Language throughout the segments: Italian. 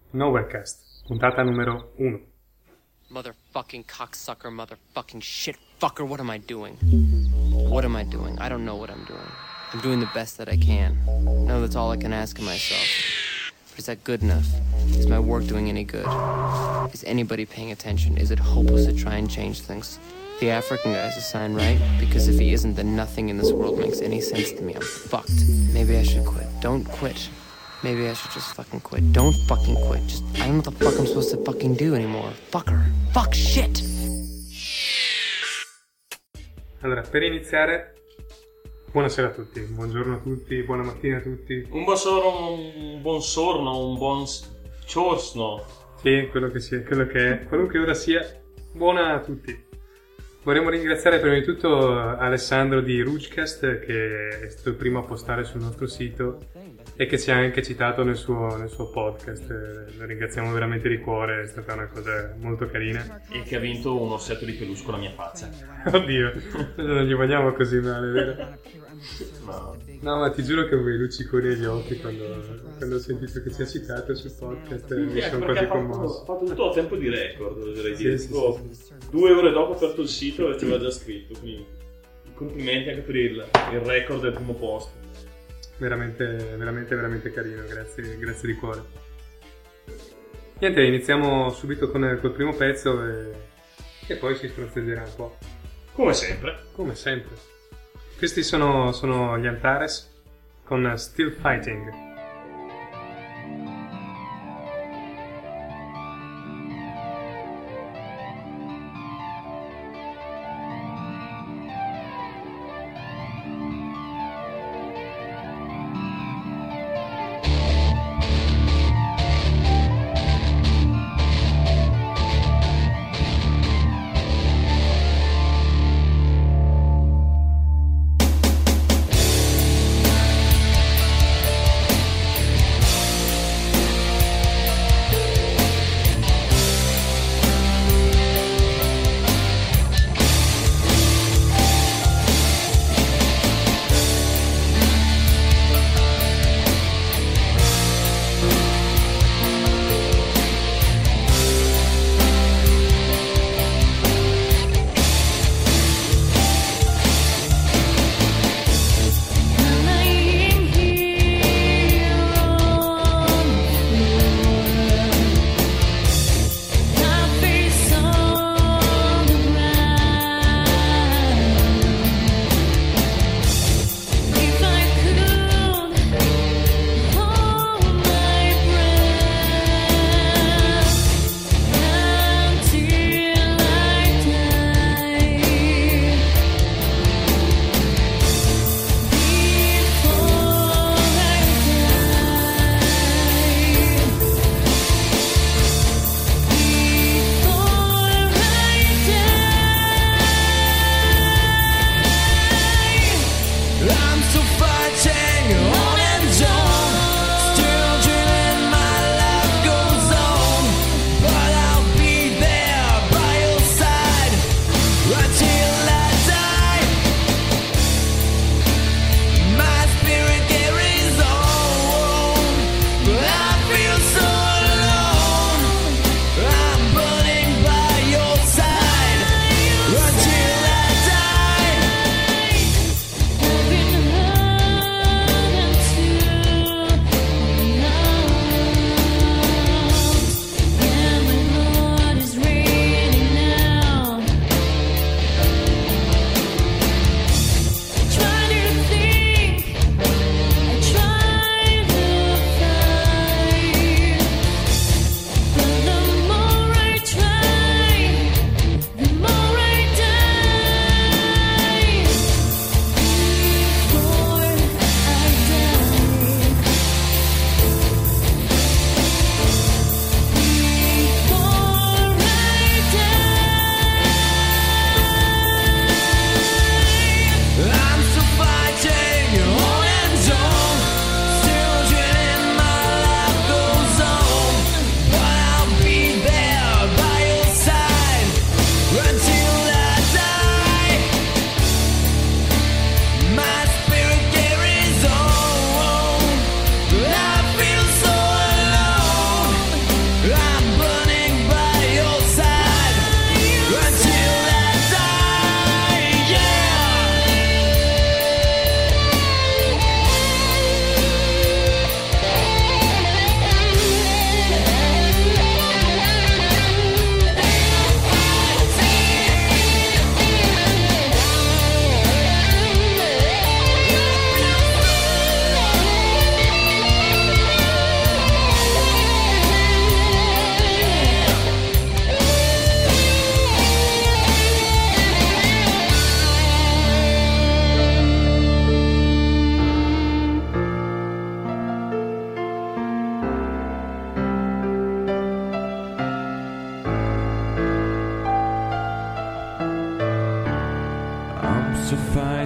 Nowherecast, puntata numero 1. Motherfucking cocksucker, motherfucking shitfucker, what am I doing? What am I doing? I don't know what I'm doing. I'm doing the best that I can. No, that's all I can ask of myself. But is that good enough? Is my work doing any good? Is anybody paying attention? Is it hopeless to try and change things? The African guy's a sign, right? Because if he isn't, then nothing in this world makes any sense to me. I'm fucked. Maybe I should quit. Don't quit. Maybe I should just fucking quit. Don't fucking quit. Just, I don't know what the fuck I'm supposed to fucking do anymore. Fucker. Fuck shit. Allora, per iniziare, buonasera a tutti, buongiorno a tutti, buona mattina a tutti. Un buon sorno, un buon ciorno. Sì, quello che sia, quello che è, qualunque ora sia, buona a tutti. Vorremmo ringraziare prima di tutto Alessandro di Rugecast, che è stato il primo a postare sul nostro sito e che ci ha anche citato nel suo podcast. Lo ringraziamo veramente di cuore, è stata una cosa molto carina. E che ha vinto un orsetto di peluche con la mia faccia. Oddio, non gli vogliamo così male, vero? No, ma ti giuro che avevo i lucciconi agli occhi quando ho sentito che ci ha citato sul podcast. Mi sono quasi commosso. Ha fatto tutto a tempo di record, oserei dire. Sì. 2 ore dopo ho aperto il sito e ci aveva già scritto. Quindi complimenti anche per il record del primo posto. Veramente carino, grazie di cuore. Niente, iniziamo subito col primo pezzo e poi si strozzeggerà un po'. Come sempre. Questi sono gli Antares con Still Fighting.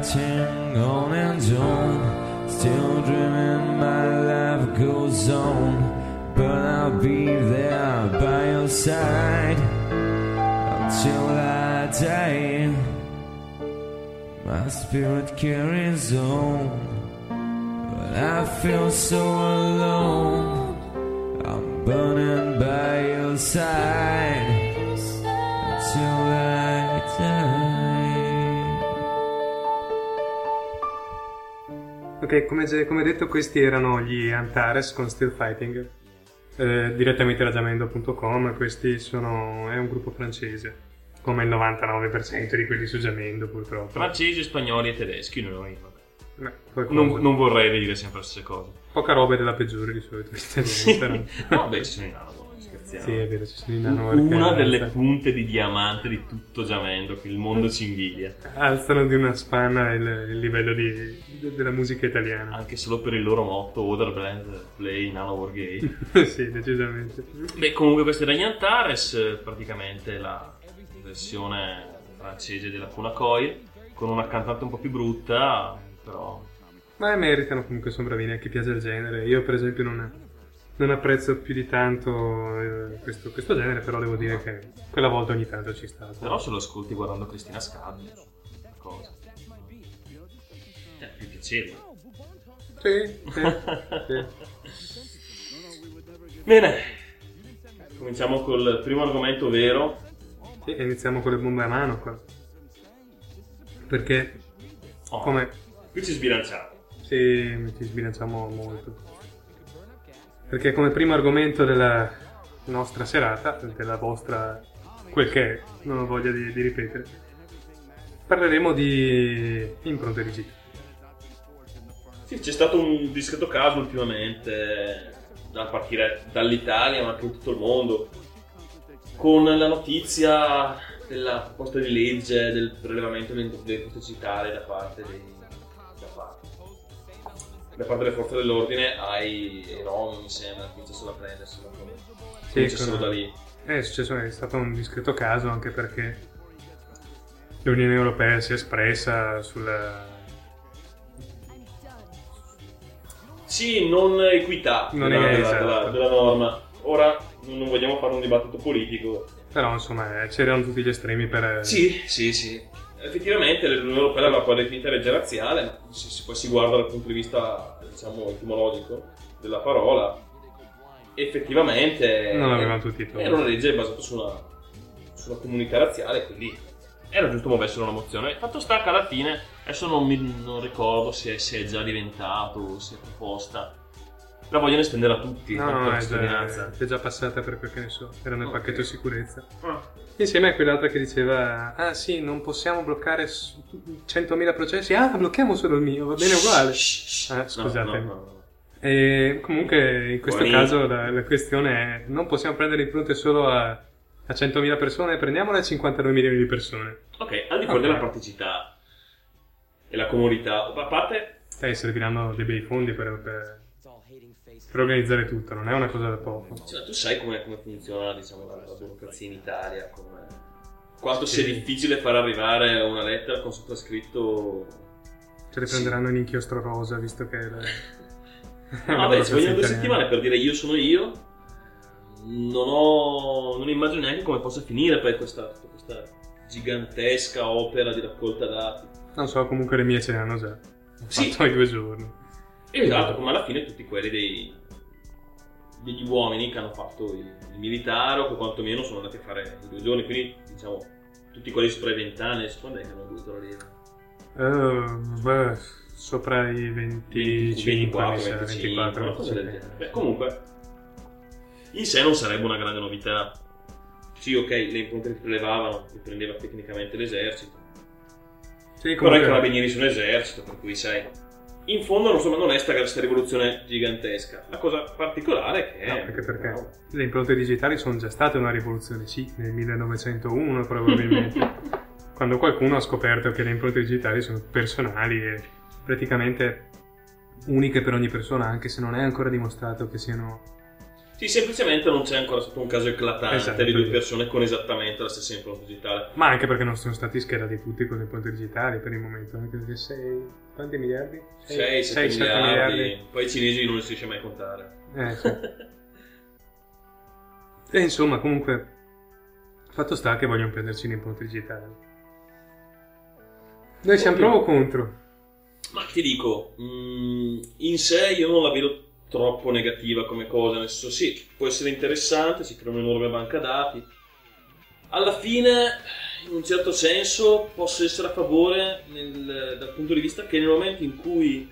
marching on and on, still dreaming my life goes on, but I'll be there by your side until I die. My spirit carries on, but I feel so alone. I'm burning by your side until I die. Ok, come detto, questi erano gli Antares con Still Fighting, direttamente da Jamendo.com. Questi è un gruppo francese, come il 99% di quelli su Jamendo, purtroppo. Francesi, spagnoli e tedeschi, noi No, non vorrei dire sempre le stesse cose. Poca roba è della peggiore di solito. No, beh, ci sono i Nanowar, scherziamo. Sì, è vero, ci sono i Nanowar. Una delle punte di diamante di tutto Jamendo, che il mondo ci invidia. Alzano di una spanna il livello della musica italiana. Anche solo per il loro motto, Other Brand Play Nanowar Gay. Sì, decisamente. Beh, comunque questa era gli Antares, praticamente la versione francese della Funakoi, con una cantante un po' più brutta, però... Ma meritano, comunque sono bravini, a chi piace il genere. Io per esempio non apprezzo più di tanto questo genere, però devo dire che quella volta ogni tanto ci sta. Però se lo ascolti guardando Cristina Scaldi, cosa? È più piacevole. Sì. Bene, cominciamo col primo argomento vero. Sì, iniziamo con le bombe a mano qua. Perché come... Qui ci sbilanciamo. Sì, ci sbilanciamo molto. Perché come primo argomento della nostra serata, della vostra, quel che è, non ho voglia di ripetere, parleremo di impronte digitali. Sì, c'è stato un discreto caso ultimamente, a partire dall'Italia ma anche in tutto il mondo, con la notizia della proposta di legge del prelevamento delle impronte digitali da parte delle forze dell'ordine ai non, mi sembra, cominciassero a prenderselo. Cominciassero da lì. È stato un discreto caso, anche perché l'Unione Europea si è espressa sulla... Sì, non equità della norma. Ora non vogliamo fare un dibattito politico. Però insomma c'erano tutti gli estremi per... Sì. Effettivamente l'Unione Europea l'aveva poi definita legge razziale, ma se poi si guarda dal punto di vista, diciamo, etimologico della parola, effettivamente non avevano tutti i era una legge basata su una comunità razziale, quindi era giusto muovessero una mozione. Fatto sta che alla fine, adesso non ricordo se è già diventato, se è proposta, la vogliono estendere a tutti. No, è già passata, per quel che ne so, era nel pacchetto sicurezza. Insieme a quell'altra che diceva: ah sì, non possiamo bloccare 100.000 processi. Ah, blocchiamo solo il mio, va bene uguale. Scusatemi. No. E comunque in questo caso la questione è: non possiamo prendere impronte solo a 100.000 persone, prendiamole a 59 milioni di persone. Ok, al di fuori della praticità e la comodità, a parte... serviranno dei bei fondi per organizzare tutto, non è una cosa da poco. Cioè, tu sai come funziona, diciamo, la burocrazia in Italia, quanto sia difficile far arrivare una lettera con sottoscritto. Ce le prenderanno in inchiostro rosa, visto che vabbè, ci vogliono 2 settimane per dire io sono io. Non immagino neanche come possa finire poi questa gigantesca opera di raccolta dati. Non so, comunque le mie ce le hanno già. Ho fatto i 2 giorni. Esatto, come alla fine tutti quelli degli uomini che hanno fatto il militare, o che quantomeno sono andati a fare i 2 giorni, quindi diciamo tutti quelli sopra i 20 anni, quando è che hanno dovuto lì? Sopra i 25, 24, cose del genere. Beh, comunque in sé non sarebbe una grande novità. Sì, ok, le impronte che prelevavano le prendeva tecnicamente l'esercito, sì, però i carabinieri sono esercito, per cui sai, in fondo non è questa rivoluzione gigantesca. La cosa particolare è che anche perché le impronte digitali sono già state una rivoluzione, sì, nel 1901 probabilmente, quando qualcuno ha scoperto che le impronte digitali sono personali e praticamente uniche per ogni persona, anche se non è ancora dimostrato che siano Sì, semplicemente non c'è ancora stato un caso eclatante Esatto, di due sì. persone con esattamente la stessa impronta digitale. Ma anche perché non sono stati schierati tutti con le impronte digitali per il momento, anche perché 6... quanti miliardi? 6-7 7 miliardi. Poi i cinesi non li si riesce mai a contare. Sì. E insomma, comunque, fatto sta che vogliono prenderci le impronte digitali. Noi siamo pro o contro? Ma ti dico, in sé io non la vedo troppo negativa come cosa, nel senso sì, può essere interessante, si crea un'enorme banca dati. Alla fine, in un certo senso, posso essere a favore dal punto di vista che nel momento in cui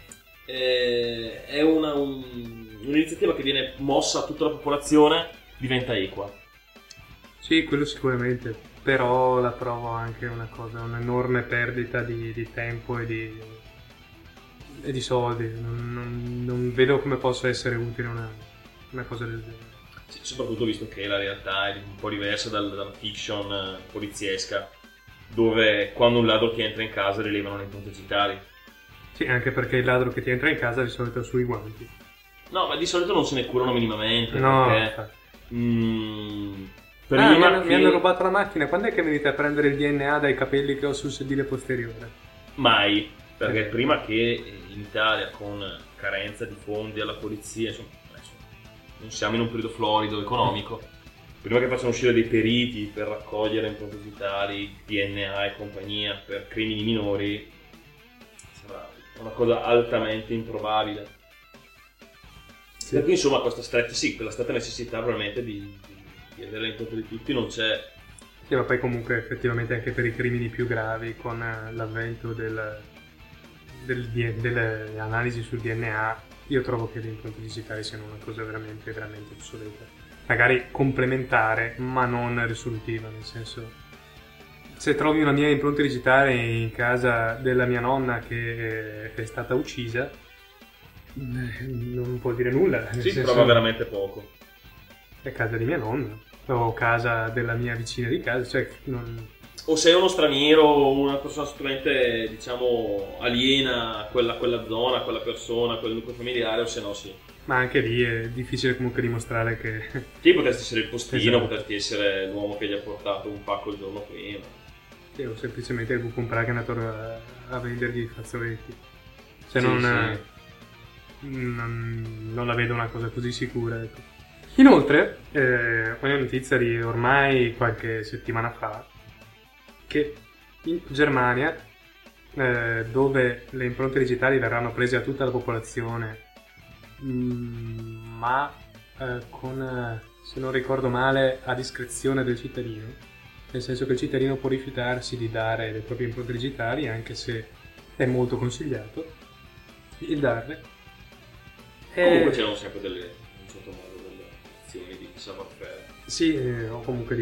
è un'iniziativa che viene mossa a tutta la popolazione, diventa equa. Sì, quello sicuramente, però la trovo anche una cosa, un'enorme perdita di tempo e di soldi. Non vedo come possa essere utile una cosa del genere. Sì, soprattutto visto che la realtà è un po' diversa dalla fiction poliziesca, dove quando un ladro ti entra in casa rilevano le impronte digitali. Sì, anche perché il ladro che ti entra in casa di solito ha sui guanti. No, ma di solito non se ne curano minimamente. No, perché infatti. Mi hanno rubato la macchina, quando è che venite a prendere il DNA dai capelli che ho sul sedile posteriore? Mai, perché prima che in Italia con carenza di fondi alla polizia, insomma, non siamo in un periodo florido economico, prima che facciano uscire dei periti per raccogliere impronte digitali, DNA e compagnia per crimini minori, sembra una cosa altamente improbabile. Sì. Per cui insomma quella stretta necessità probabilmente di avere le impronte di tutti non c'è. Sì, ma poi comunque effettivamente anche per i crimini più gravi con l'avvento delle analisi sul DNA, io trovo che le impronte digitali siano una cosa veramente, veramente obsoleta. Magari complementare, ma non risolutiva, nel senso, se trovi una mia impronta digitale in casa della mia nonna che è stata uccisa, non vuol dire nulla. nel Si senso, prova veramente poco. è casa di mia nonna o casa della mia vicina di casa, cioè O sei uno straniero o una persona assolutamente, diciamo, aliena a quella zona, a quella persona, a quel nucleo familiare, o se no sì. ma anche lì è difficile comunque dimostrare che Sì, potresti essere il postino, Esatto. potresti essere l'uomo che gli ha portato un pacco il giorno prima. o semplicemente il comprare che è andato a vendergli i fazzoletti. Se Sì, non la vedo una cosa così sicura, ecco. Inoltre, una notizia di ormai qualche settimana fa, che in Germania, dove le impronte digitali verranno prese a tutta la popolazione, ma con, se non ricordo male, a discrezione del cittadino, nel senso che il cittadino può rifiutarsi di dare le proprie impronte digitali, anche se è molto consigliato il darle. Comunque c'erano sempre in un certo modo delle azioni di savoir-faire. Sì, o comunque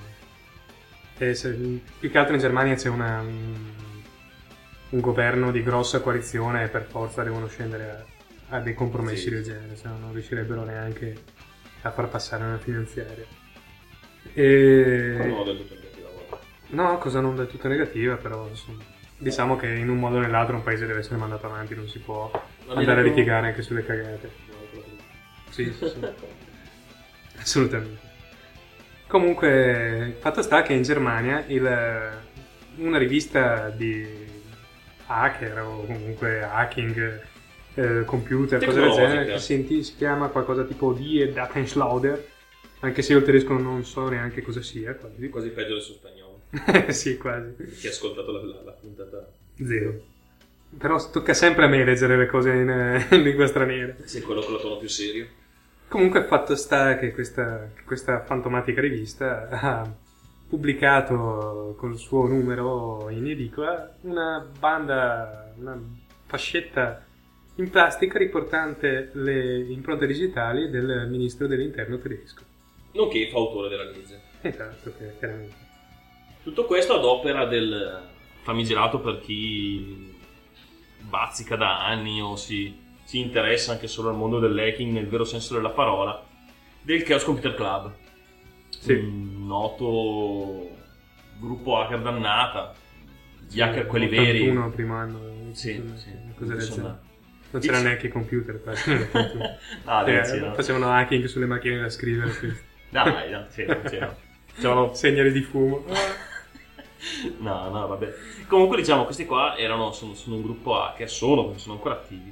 più che altro in Germania c'è un governo di grossa coalizione e per forza devono scendere a dei compromessi Sì. del genere, se no non riuscirebbero neanche a far passare una finanziaria. Non ho del tutto negativa, guarda. No, cosa non del tutto negativa, però insomma, diciamo che in un modo o nell'altro un paese deve essere mandato avanti, non si può andare a litigare anche sulle cagate. Sì. Assolutamente. Comunque, fatto sta che in Germania una rivista di hacker o comunque hacking, computer, cose del genere, che si chiama qualcosa tipo Die Datenschleuder, anche se io il tedesco non so neanche cosa sia, quasi. Quasi peggio del suo spagnolo. Sì, quasi. Chi ha ascoltato la puntata? Zero. Però tocca sempre a me leggere le cose in lingua straniera. Sei quello con la tono più serio. Comunque fatto sta che questa fantomatica rivista ha pubblicato col suo numero in edicola una fascetta in plastica riportante le impronte digitali del ministro dell'interno tedesco. Nonché fautore della legge. Esatto, chiaramente. Tutto questo ad opera del famigerato, per chi bazzica da anni o si interessa anche solo al mondo dell'hacking nel vero senso della parola, del Chaos Computer Club. Sì. Un noto gruppo hacker dannata, gli hacker quelli 81, veri. primo anno. Sì, cose del insomma, genere. Non c'era neanche i computer. No. Facevano hacking sulle macchine da scrivere. Dai, no, c'erano segnali di fumo. No, vabbè. Comunque diciamo, questi qua sono un gruppo hacker, sono ancora attivi.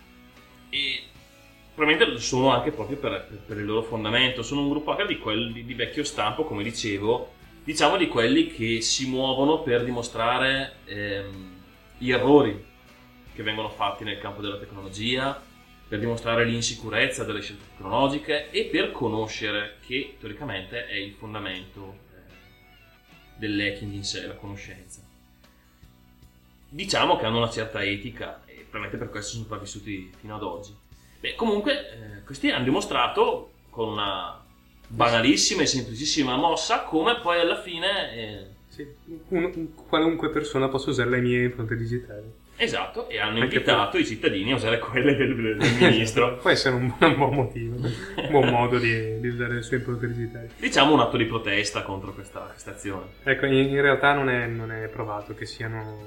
E probabilmente lo sono anche proprio per il loro fondamento. Sono un gruppo hacker di quelli di vecchio stampo, come dicevo, diciamo di quelli che si muovono per dimostrare gli errori che vengono fatti nel campo della tecnologia, per dimostrare l'insicurezza delle scelte tecnologiche e per conoscere, che teoricamente è il fondamento dell'hacking in sé, la conoscenza. Diciamo che hanno una certa etica e probabilmente per questo sono sopravvissuti fino ad oggi. Beh, comunque questi hanno dimostrato con una banalissima e semplicissima mossa come poi alla fine qualunque persona possa usare le mie impronte digitali. Esatto, e hanno invitato i cittadini a usare quelle del ministro. Può essere un buon motivo, un buon modo di usare le sue impronte digitali. Diciamo un atto di protesta contro questa azione. Ecco, in realtà non è provato che siano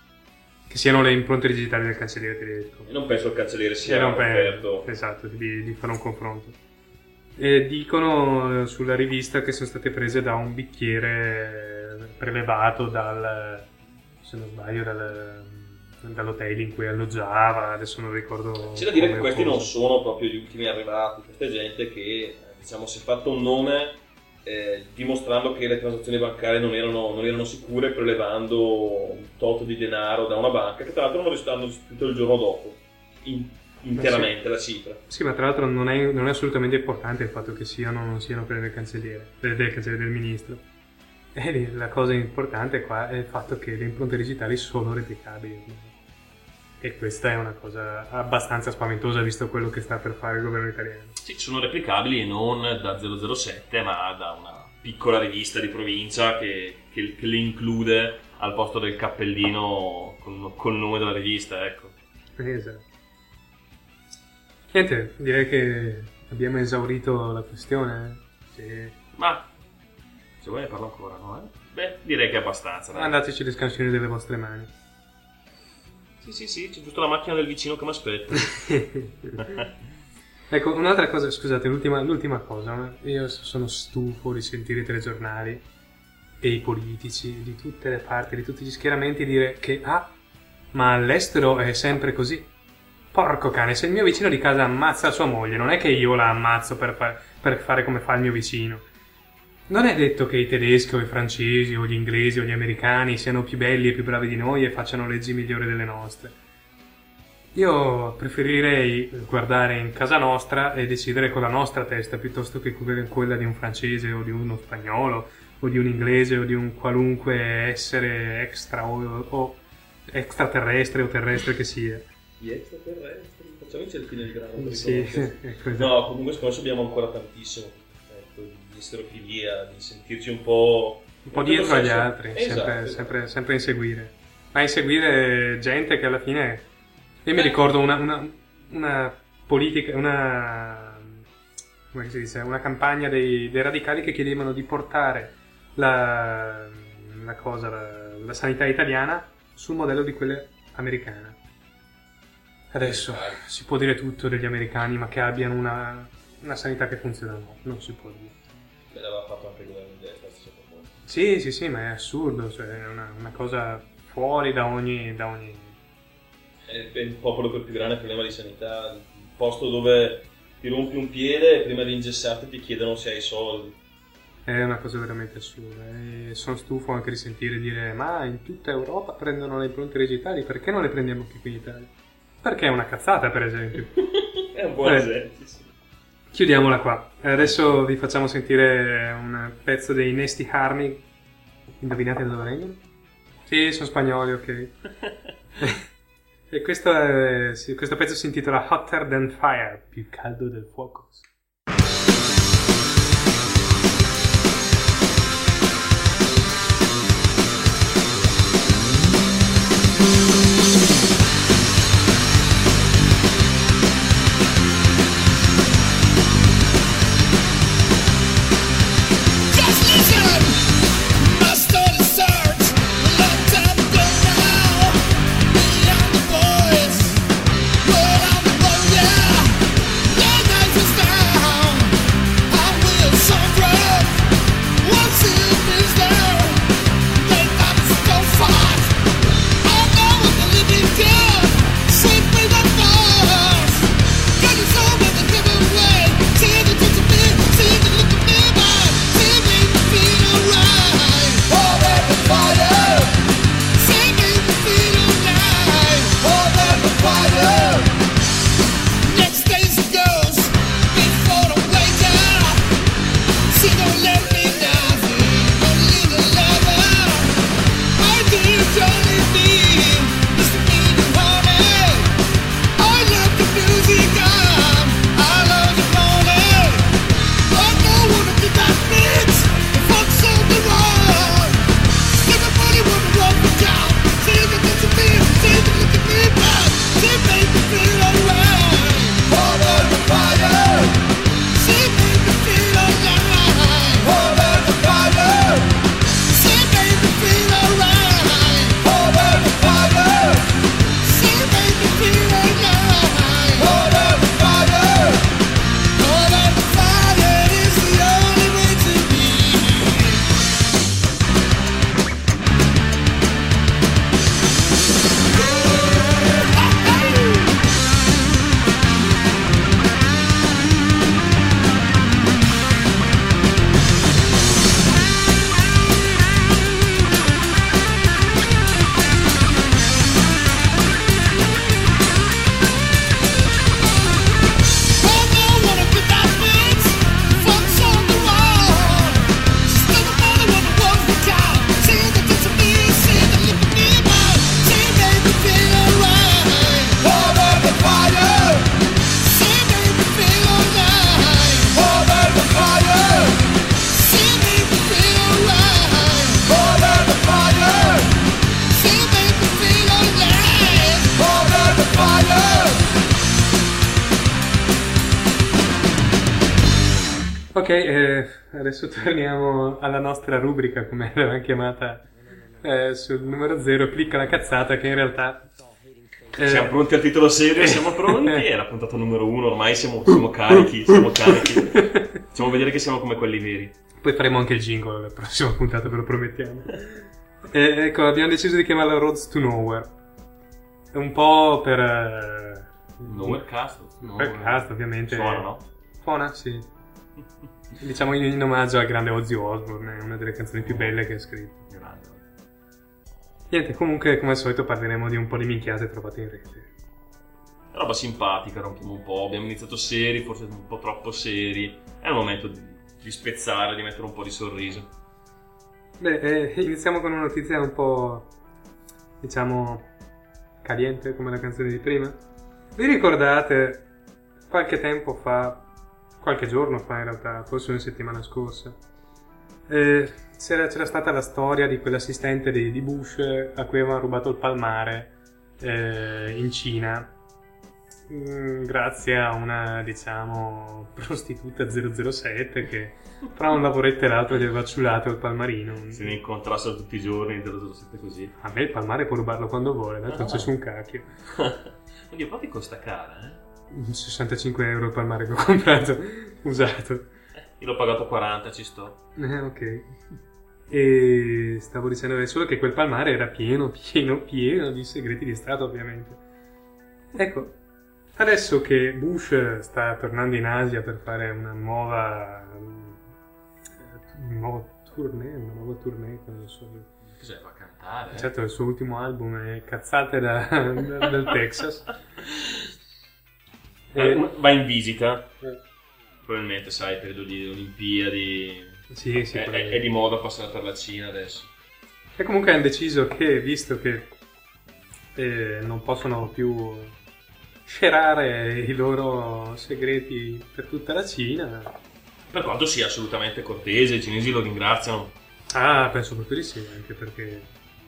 le impronte digitali del cancelliere tedesco. E non penso il cancelliere sia offerto. Esatto, di fare un confronto. E dicono sulla rivista che sono state prese da un bicchiere prelevato se non sbaglio, dall'hotel in cui alloggiava, adesso non ricordo. C'è da dire che questi non sono proprio gli ultimi arrivati, questa è gente che diciamo si è fatto un nome dimostrando che le transazioni bancarie non erano sicure, prelevando un tot di denaro da una banca che tra l'altro non hanno restituito il giorno dopo interamente la cifra. Sì, ma tra l'altro non è assolutamente importante il fatto che non siano quelle del cancelliere del ministro. E la cosa importante qua è il fatto che le impronte digitali sono replicabili. E questa è una cosa abbastanza spaventosa visto quello che sta per fare il governo italiano. Sì, sono replicabili non da 007 ma da una piccola rivista di provincia che le include al posto del cappellino col nome della rivista, ecco. Esatto. Niente, direi che abbiamo esaurito la questione. Sì. Ma se vuoi ne parlo ancora, no? Beh, direi che è abbastanza. Mandateci le scansioni delle vostre mani. Sì, c'è giusto la macchina del vicino che mi aspetta. Ecco, un'altra cosa, scusate, l'ultima cosa. Io sono stufo di sentire i telegiornali e i politici di tutte le parti, di tutti gli schieramenti dire che ma all'estero è sempre così. Porco cane, se il mio vicino di casa ammazza sua moglie, non è che io la ammazzo per fare come fa il mio vicino. Non è detto che i tedeschi o i francesi o gli inglesi o gli americani siano più belli e più bravi di noi e facciano leggi migliori delle nostre. Io preferirei guardare in casa nostra e decidere con la nostra testa piuttosto che quella di un francese o di uno spagnolo o di un inglese o di un qualunque essere extra o extraterrestre o terrestre che sia. Gli extraterrestri? Facciamo il cerchino di grano. Sì, ecco. No, comunque secondo me abbiamo ancora tantissimo. Esterofilia, di sentirci un po' dietro agli altri, esatto. sempre inseguire, ma inseguire gente che alla fine io mi ricordo una politica, come si dice, una campagna dei radicali che chiedevano di portare la sanità italiana sul modello di quella americana. Adesso si può dire tutto degli americani, ma che abbiano una sanità che funziona, no, non si può dire. Beh, l'aveva fatto anche il governo di destra, stesso punto. Sì, ma è assurdo, cioè è una cosa fuori da ogni... È il popolo col più grande problema di sanità, il posto dove ti rompi un piede e prima di ingessarti ti chiedono se hai soldi. È una cosa veramente assurda e sono stufo anche di sentire dire ma in tutta Europa prendono le impronte digitali, perché non le prendiamo anche qui in Italia? Perché è una cazzata, per esempio. È un buon esempio, sì. Chiudiamola qua. Adesso vi facciamo sentire un pezzo dei Nasty Army. Indovinate da dove vengono? Sì, sono spagnoli, ok. E questo pezzo si intitola Hotter Than Fire, più caldo del fuoco. Long time ago now, beyond the boys, roll Ok, adesso torniamo alla nostra rubrica, come l'avevamo chiamata sul numero 0, clicca la cazzata, che in realtà... Siamo pronti al titolo serio, siamo pronti, è la puntata numero 1, ormai siamo carichi, facciamo vedere che siamo come quelli veri. Poi faremo anche il jingle alla prossima puntata, ve lo promettiamo. Ecco, abbiamo deciso di chiamarla Roads to Nowhere. È un po' per... Nowherecast? Nowherecast, ovviamente. Suona, no? Suona, sì. Diciamo in omaggio al grande Ozzy Osbourne, è una delle canzoni più belle che ha scritto. Niente, comunque come al solito parleremo di un po' di minchiate trovate in rete. Roba simpatica, rompiamo un po', abbiamo iniziato seri, forse un po' troppo seri. È il momento di spezzare, di mettere un po' di sorriso. Beh, iniziamo con una notizia un po', diciamo, caliente come la canzone di prima. Vi ricordate qualche tempo fa, qualche giorno fa in realtà, forse una settimana scorsa, c'era stata la storia di quell'assistente di Bush a cui avevano rubato il palmare in Cina grazie a una, diciamo, prostituta 007 che tra un lavoretto e l'altro gli aveva ciulato il palmarino. Se ne incontrassero tutti i giorni 007 così. A me il palmare può rubarlo quando vuole, non c'è su un cacchio. Quindi poi ti costa cara, 65 euro il palmare che ho comprato usato. Io l'ho pagato 40, ci sto. Ok. E stavo dicendo solo che quel palmare era pieno di segreti di Stato, ovviamente. Ecco, adesso che Bush sta tornando in Asia per fare una nuova tournée, non so. Cos'è, va a cantare? Certo, il suo ultimo album è Cazzate dal Texas. Va in visita. Probabilmente, sai, periodo di Olimpiadi. Sì, è di moda passare per la Cina adesso. E comunque hanno deciso che, visto che non possono più scerare i loro segreti per tutta la Cina, per quanto sia assolutamente cortese, i cinesi lo ringraziano. Ah, penso proprio di sì, anche perché...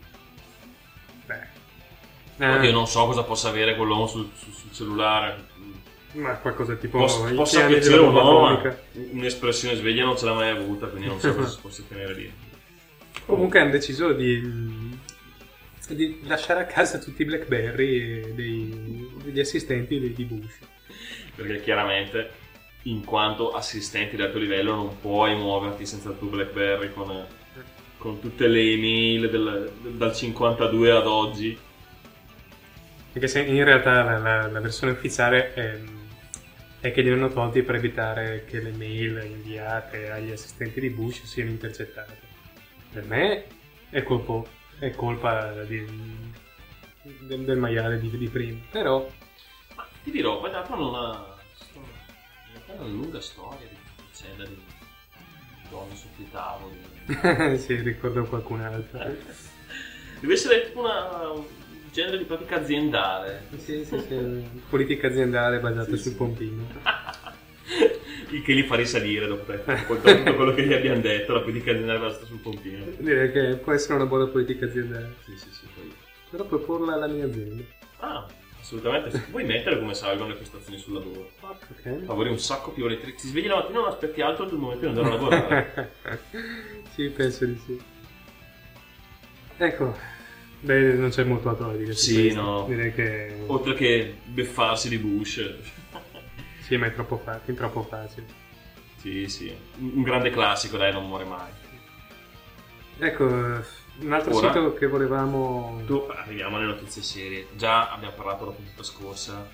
Io non so cosa possa avere quell'uomo sul cellulare. Ma qualcosa tipo... Possa piacere o no, un'espressione sveglia non ce l'ha mai avuta, quindi non so cosa si possa tenere lì. Comunque hanno deciso di lasciare a casa tutti i BlackBerry degli assistenti di Bush. Perché chiaramente, in quanto assistenti di alto livello, non puoi muoverti senza il tuo BlackBerry con tutte le email dal 52 ad oggi. Perché se in realtà la versione ufficiale è che li hanno tolti per evitare che le mail inviate agli assistenti di Bush siano intercettate. Per me è colpa del maiale di prima, però... Ma ti dirò, poi dato una lunga storia di vicenda di donne sotto i tavoli. Sì, ricordo qualcun altro. Deve essere tipo un genere di pratica aziendale. Sì. Politica aziendale basata sul pompino. Il che li fa risalire dopo tutto quello che gli abbiamo detto, la politica aziendale basata sul pompino. Direi che può essere una buona politica aziendale. Sì, poi. Però proporla alla mia azienda. Ah, assolutamente. Puoi mettere come salgono le prestazioni sul lavoro. Ok. Lavori un sacco più ore. Ti svegli la mattina e non aspetti altro per il momento di andare a lavorare. Sì, penso di sì. Ecco. Beh, non c'è molto altro da dire. Sì, no. Direi che... Oltre che beffarsi di Bush. Sì, ma è troppo facile. Sì. Un grande classico, dai, non muore mai. Ecco, un altro sito che volevamo... Arriviamo alle notizie serie. Già abbiamo parlato la puntata scorsa.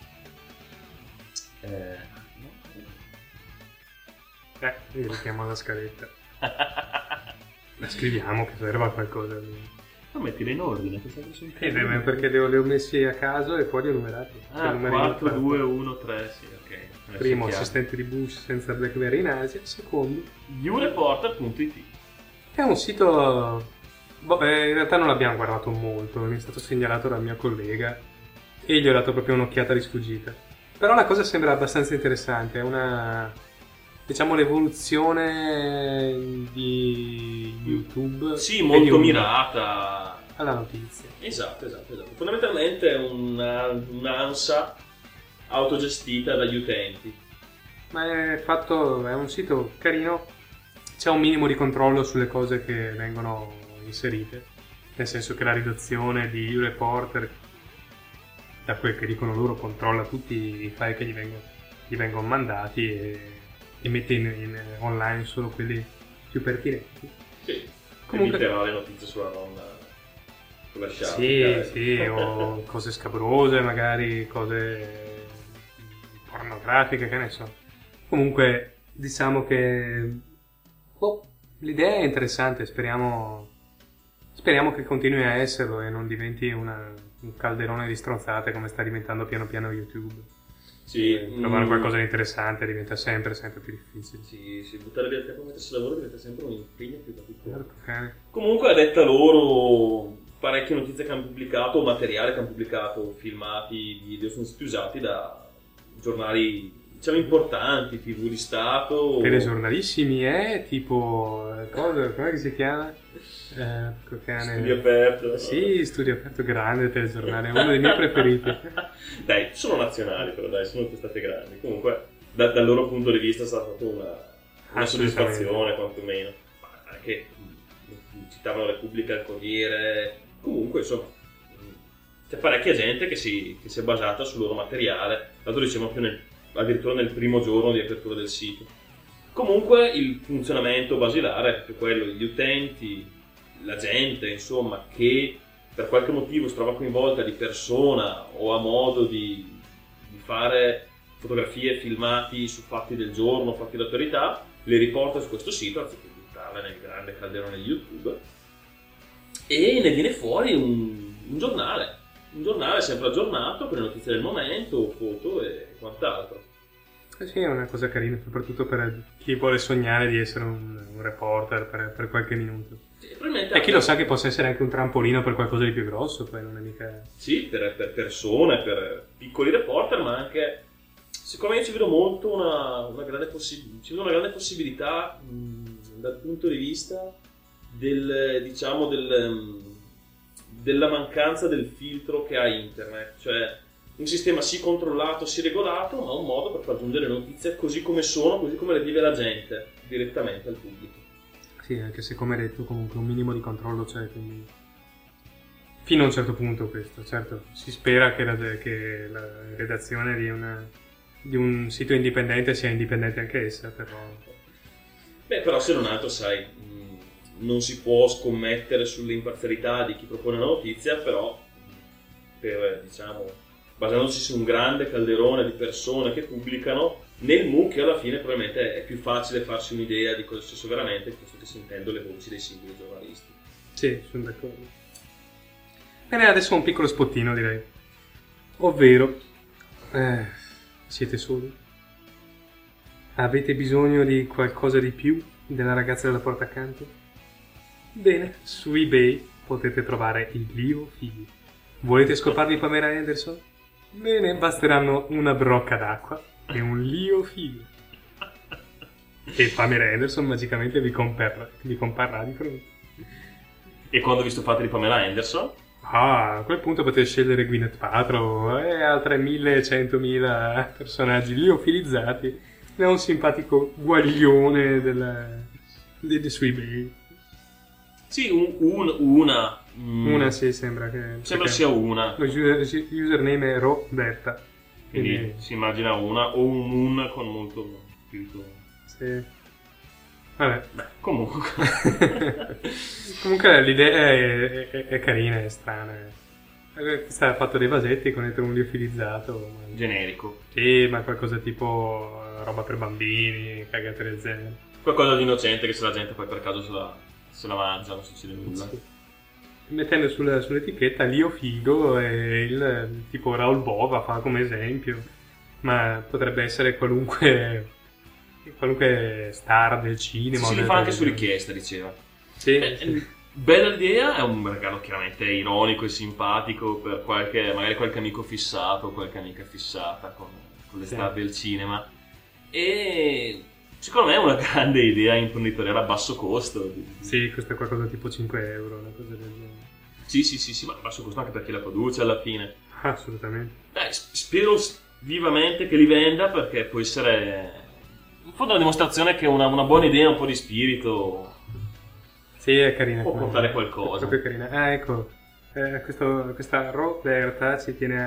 Io richiamo alla scaletta. La scriviamo che serva a qualcosa. Mettile in ordine, perché li ho messi a caso e poi li ho numerati. 4, 2, 1, 3, sì, ok. Primo, assistente di Bush senza BlackBerry in Asia. Secondo, ureporter.it. è un sito... in realtà non l'abbiamo guardato molto, mi è stato segnalato dal mio collega e gli ho dato proprio un'occhiata di sfuggita. Però la cosa sembra abbastanza interessante, è una... diciamo l'evoluzione di YouTube. Sì, molto mirata alla notizia. Esatto. Fondamentalmente è un'ANSA autogestita dagli utenti. Ma è un sito carino, c'è un minimo di controllo sulle cose che vengono inserite, nel senso che la riduzione di Reporter, da quel che dicono loro, controlla tutti i file che gli vengono mandati e mette in online solo quelli più pertinenti. Sì, Comunque eviterà le notizie sulla sciarpa. sì, o cose scabrose, magari cose pornografiche, che ne so. Comunque, diciamo che l'idea è interessante, speriamo che continui a esserlo e non diventi un calderone di stronzate come sta diventando piano piano YouTube. Sì, Trovare qualcosa di interessante diventa sempre più difficile. Sì, buttare via il tempo mentre si lavora diventa sempre un impegno più particolare. Certo, cane. Comunque, a detta loro, parecchie notizie che hanno pubblicato, materiale che hanno pubblicato, filmati, video, sono stati usati da giornali, diciamo, importanti, TV di Stato. Telegiornalissimi tipo com'è che si chiama? Studio aperto. Sì, Studio Aperto, grande telegiornale, è uno dei miei preferiti. Dai, sono nazionali, però dai, sono testate grandi. Comunque, dal loro punto di vista è stata una soddisfazione, quantomeno. Ma anche citavano Repubblica, il Corriere. Comunque, insomma, c'è parecchia gente che si è basata sul loro materiale. Tanto diciamo addirittura nel primo giorno di apertura del sito. Comunque, il funzionamento basilare è proprio quello: gli utenti, la gente, insomma, che per qualche motivo si trova coinvolta di persona o a modo di fare fotografie, filmati su fatti del giorno, fatti d'autorità, le riporta su questo sito anziché buttarle nel grande calderone di YouTube, e ne viene fuori un giornale sempre aggiornato con le notizie del momento, foto e quant'altro. Sì, è una cosa carina, soprattutto per chi vuole sognare di essere un reporter per qualche minuto. Sì, e chi lo sa che possa essere anche un trampolino per qualcosa di più grosso, poi non è mica... Sì, per persone, per piccoli reporter, ma anche... Secondo me ci vedo molto una grande possibilità dal punto di vista della mancanza del filtro che ha internet, cioè un sistema sì controllato, sì regolato, ma un modo per far giungere le notizie così come sono, così come le vive la gente, direttamente al pubblico. Sì, anche se, come detto, comunque un minimo di controllo c'è, quindi fino a un certo punto questo. Certo, si spera che la redazione di un sito indipendente sia indipendente anche essa, però... Però se non altro, sai, non si può scommettere sull'imparzialità di chi propone una notizia, però basandosi su un grande calderone di persone che pubblicano, nel mucchio alla fine probabilmente è più facile farsi un'idea di cosa è successo veramente piuttosto che sentendo le voci dei singoli giornalisti. Sì, sono d'accordo. Bene, adesso un piccolo spottino, direi. Ovvero, siete soli? Avete bisogno di qualcosa di più della ragazza della porta accanto? Bene, su eBay potete trovare il Lio Fighi. Volete scoparvi Pamela Anderson? Bene, basteranno una brocca d'acqua e un Lio Figo. E Pamela Anderson magicamente vi comparrà di fronte. E quando vi stufate di Pamela Anderson? A quel punto potete scegliere Gwyneth Paltrow e altre 1.100.000 personaggi liofilizzati da un simpatico guaglione su eBay. Sì, una. Una sì, sembra sia una. Lo username è Roberta. Quindi si immagina una o un con molto più. Sì. Vabbè. Comunque. Comunque l'idea è carina, è strana. Sta fatto dei vasetti con dentro un liofilizzato. Generico. Sì, ma qualcosa tipo roba per bambini, cagate del genere. Qualcosa di innocente che se la gente poi per caso se la mangia, non succede nulla. Sì. Mettendo sull'etichetta Lio Figo e il tipo Raoul Bova fa come esempio, ma potrebbe essere qualunque star del cinema. Si li fa anche su richiesta, diceva. Sì. Bella idea, è un regalo chiaramente ironico e simpatico per magari qualche amico fissato, qualche amica fissata con le star del cinema. E secondo me è una grande idea imprenditoriale a basso costo. Sì, costa qualcosa tipo 5 euro, una cosa del genere. Sì, ma a basso costo anche per chi la produce alla fine. Assolutamente. Spero vivamente che li venda, perché può essere in fondo è una dimostrazione che una buona idea, un po' di spirito Sì, è carina. può portare qualcosa. È proprio carina. Ah, ecco, questa rotta in realtà ci tiene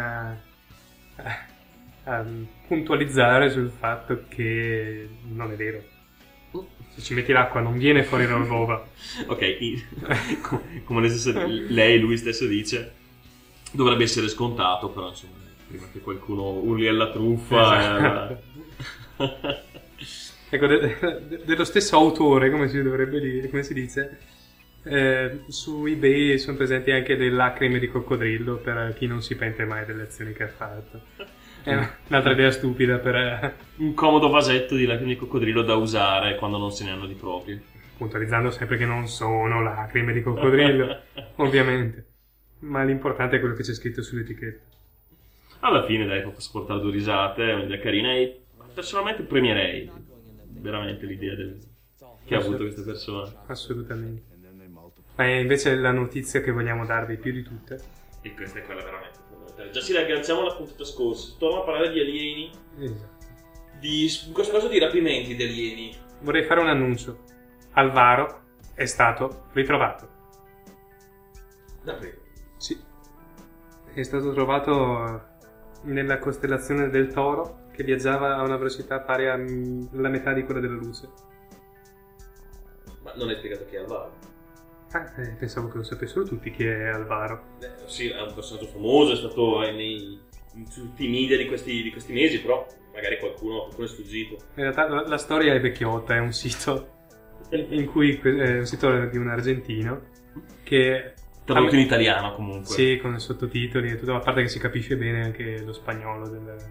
a puntualizzare sul fatto che non è vero. Se ci metti l'acqua non viene fuori l'uova. Ok, come lui stesso dice, dovrebbe essere scontato, però insomma, prima che qualcuno urli alla truffa. Esatto. Ecco, dello stesso autore, come si dovrebbe dire, come si dice, su eBay sono presenti anche delle lacrime di coccodrillo per chi non si pente mai delle azioni che ha fatto. È un'altra idea stupida per un comodo vasetto di lacrime di coccodrillo da usare quando non se ne hanno di propri. Puntualizzando sempre che non sono lacrime di coccodrillo, ovviamente. Ma l'importante è quello che c'è scritto sull'etichetta. Alla fine, dai, posso portare 2 risate, è un'idea carina e personalmente premierei veramente l'idea che ha avuto questa persona. Assolutamente. Ma è invece la notizia che vogliamo darvi più di tutte. E questa è quella veramente fondamentale. Già si riagganciamo alla puntata scorsa. Torno a parlare di alieni. Esatto. In questo caso di rapimenti di alieni. Vorrei fare un annuncio. Alvaro è stato ritrovato. Davvero? Sì. È stato trovato nella costellazione del Toro, che viaggiava a una velocità pari alla metà di quella della luce. Ma non hai spiegato chi è Alvaro? Pensavo che lo sapessero tutti chi è Alvaro. Sì, è un personaggio famoso, è stato in tutti i media di questi mesi, però magari qualcuno è sfuggito. In realtà la storia è vecchiotta, è un sito in cui è un sito di un argentino che tradotto in italiano comunque. Sì, con i sottotitoli e tutto, a parte che si capisce bene anche lo spagnolo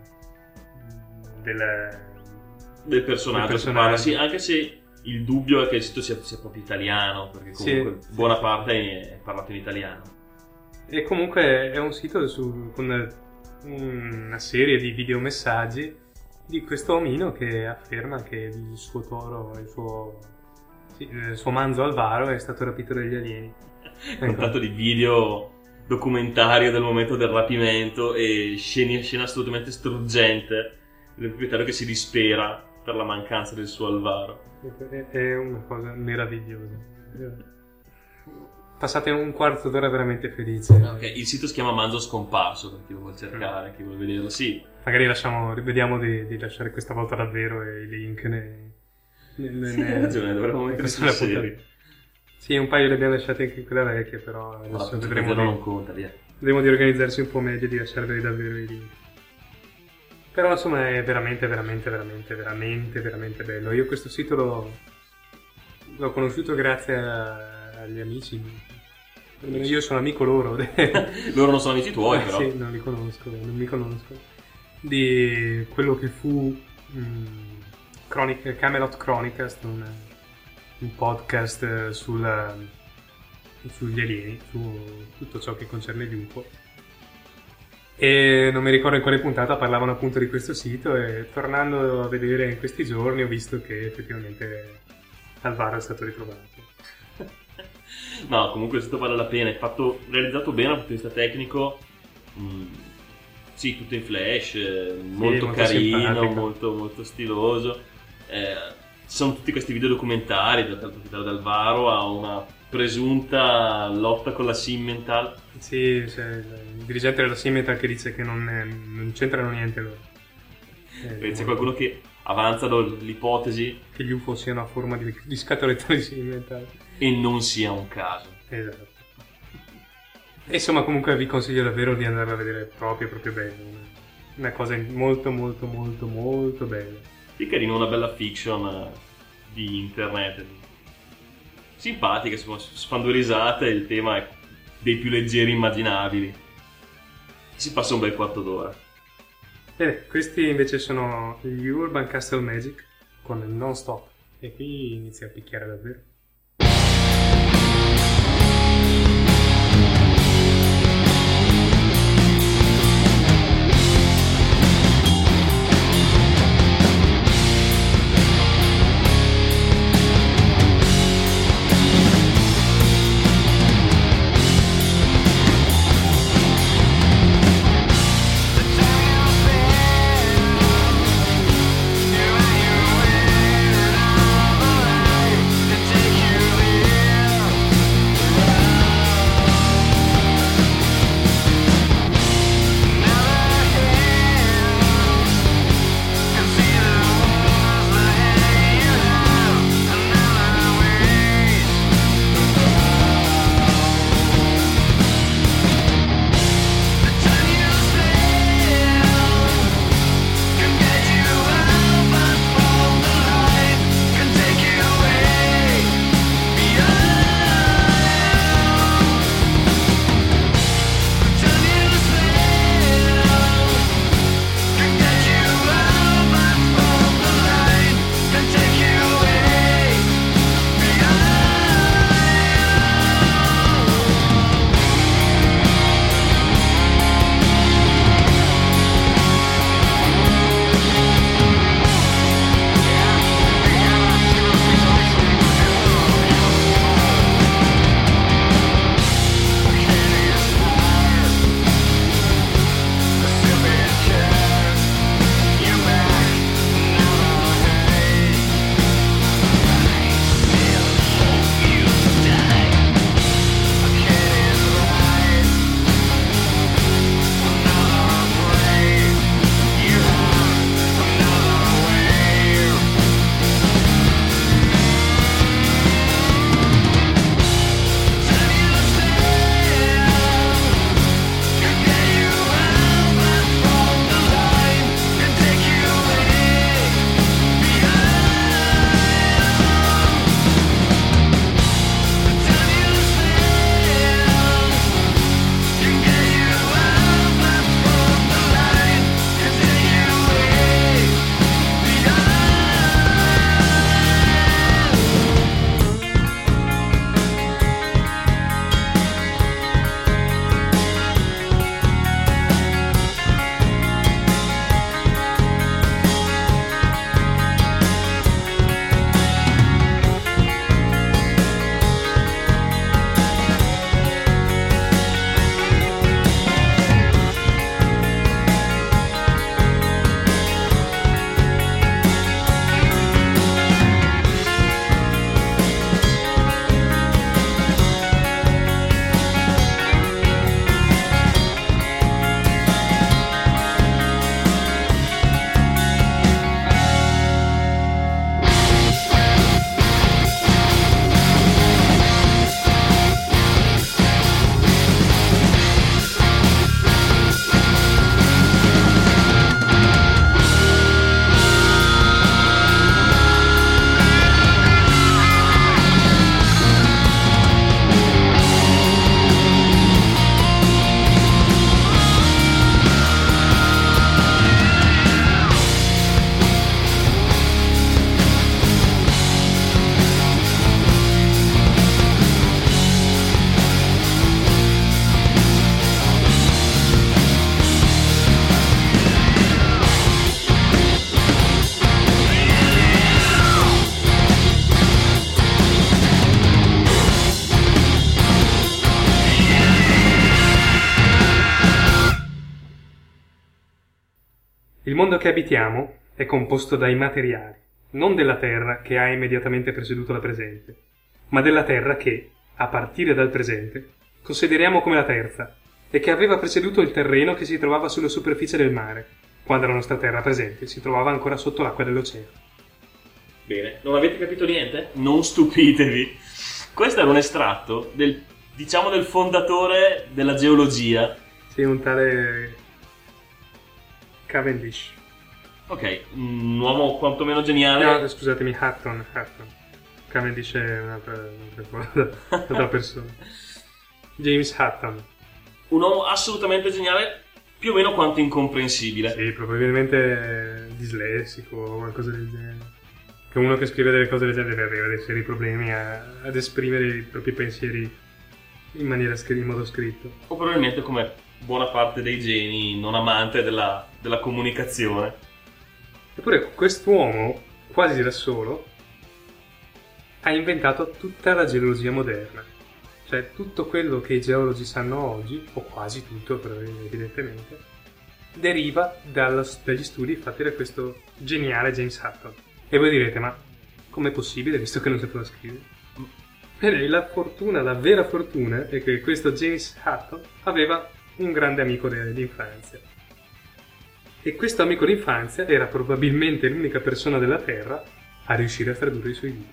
del personaggio. Parla, sì, anche se il dubbio è che il sito sia proprio italiano, perché comunque buona parte è parlato in italiano. E comunque è un sito con una serie di videomessaggi di questo omino che afferma che il suo toro, il suo manzo Alvaro è stato rapito dagli alieni. Con tanto di video documentario del momento del rapimento e scena assolutamente struggente del proprietario che si dispera per la mancanza del suo Alvaro. È una cosa meravigliosa. Passate un quarto d'ora veramente felice. Okay, il sito si chiama Manzo Scomparso, per chi lo vuole cercare, chi vuole vederlo, sì. Magari vediamo di lasciare questa volta davvero i link Hai ragione, dovremmo mettersi in serie. Sì, un paio li abbiamo lasciati anche in quella vecchia, però adesso non conta, via. Vedremo di organizzarsi un po' meglio e di lasciarveli davvero i link. Però insomma è veramente bello. Io questo sito l'ho conosciuto grazie agli amici. Io sono amico loro. Loro non sono amici tuoi, però. Sì, non mi conosco. Di quello che fu Camelot Chronicast, un podcast sugli alieni, su tutto ciò che concerne gli UFO. E non mi ricordo in quale puntata parlavano appunto di questo sito, e tornando a vedere in questi giorni ho visto che effettivamente Alvaro è stato ritrovato. No, comunque il sito vale la pena, è realizzato bene dal punto di vista tecnico. Sì, tutto in flash, molto carino, molto stiloso. Ci sono tutti questi video documentari dal proprietario d'Alvaro a una presunta lotta con la Simmental. Sì, c'è il dirigente della Simmental che dice che non c'entrano niente loro. C'è qualcuno che avanza l'ipotesi che gli UFO siano a forma di scatoletta di Simmental e non sia un caso. Esatto. E insomma, comunque vi consiglio davvero di andarla a vedere, proprio bello. Una cosa molto bella. È carino, una bella fiction di internet, simpatica, si fanno 2 risate, il tema è dei più leggeri immaginabili, si passa un bel quarto d'ora. Bene, questi invece sono gli Urban Castle Magic con il Non Stop, e qui inizia a picchiare davvero. The time mondo che abitiamo è composto dai materiali, non della terra che ha immediatamente preceduto la presente, ma della terra che, a partire dal presente, consideriamo come la terza, e che aveva preceduto il terreno che si trovava sulla superficie del mare, quando la nostra terra presente si trovava ancora sotto l'acqua dell'oceano. Bene, non avete capito niente? Non stupitevi. Questo era un estratto del fondatore della geologia. Sì, un tale Cavendish. Ok, un uomo quantomeno geniale. No, scusatemi, Hutton. Cavendish è un'altra persona. James Hutton. Un uomo assolutamente geniale, più o meno quanto incomprensibile. Sì, probabilmente dislessico o qualcosa del genere. Che uno che scrive delle cose del genere deve avere dei seri problemi ad esprimere i propri pensieri in modo scritto. O probabilmente come buona parte dei geni non amante della comunicazione. Eppure quest'uomo, quasi da solo, ha inventato tutta la geologia moderna. Cioè tutto quello che i geologi sanno oggi, o quasi tutto però evidentemente, deriva dagli studi fatti da questo geniale James Hutton. E voi direte, ma com'è possibile visto che non sapeva scrivere? Bene, la vera fortuna è che questo James Hutton aveva un grande amico d'infanzia. E questo amico d'infanzia era probabilmente l'unica persona della Terra a riuscire a tradurre i suoi libri.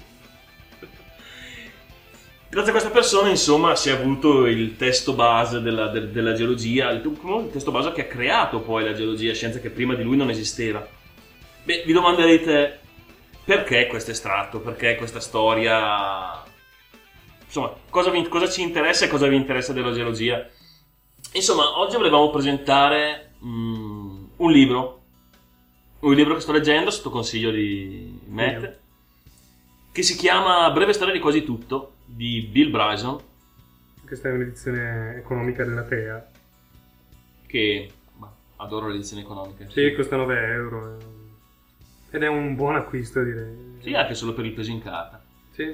Grazie a questa persona, insomma, si è avuto il testo base della geologia, il testo base che ha creato poi la geologia, scienza che prima di lui non esisteva. Beh, vi domanderete perché questo estratto, perché questa storia, insomma, cosa ci interessa e cosa vi interessa della geologia. Insomma, oggi volevamo presentare un libro che sto leggendo sotto consiglio di Matt, che si chiama Breve storia di quasi tutto, di Bill Bryson. Questa è un'edizione economica della TEA. Che adoro le edizioni economiche. Sì, costa 9 euro. Ed è un buon acquisto, direi. Sì, anche solo per il peso in carta. Sì.